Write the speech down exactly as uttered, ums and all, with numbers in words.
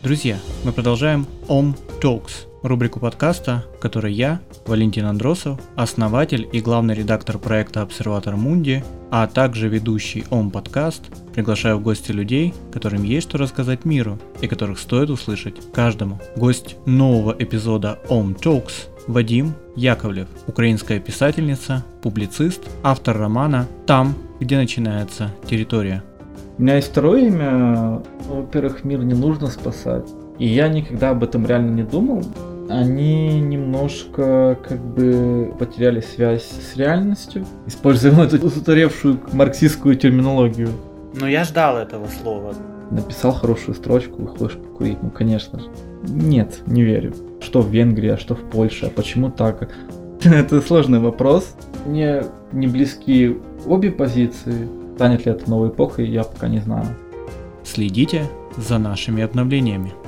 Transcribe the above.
Друзья, мы продолжаем Om Talks, рубрику подкаста, в которой я, Валентин Андросов, основатель и главный редактор проекта Observator Mundi, а также ведущий Om подкаст, приглашаю в гости людей, которым есть что рассказать миру и которых стоит услышать каждому. Гость нового эпизода Om Talks – Вадим Яковлев, украинская писательница, публицист, автор романа «Там, где начинается территория». У меня есть второе имя. Во-первых, мир не нужно спасать. И я никогда об этом реально не думал. Они немножко как бы потеряли связь с реальностью, используя эту устаревшую марксистскую терминологию. Но я ждал этого слова. Написал хорошую строчку, выходишь покурить, ну конечно же. Нет, не верю. Что в Венгрии, а что в Польше, а почему так? Это сложный вопрос. Мне не близки обе позиции. Станет ли это новой эпохой, я пока не знаю. Следите за нашими обновлениями.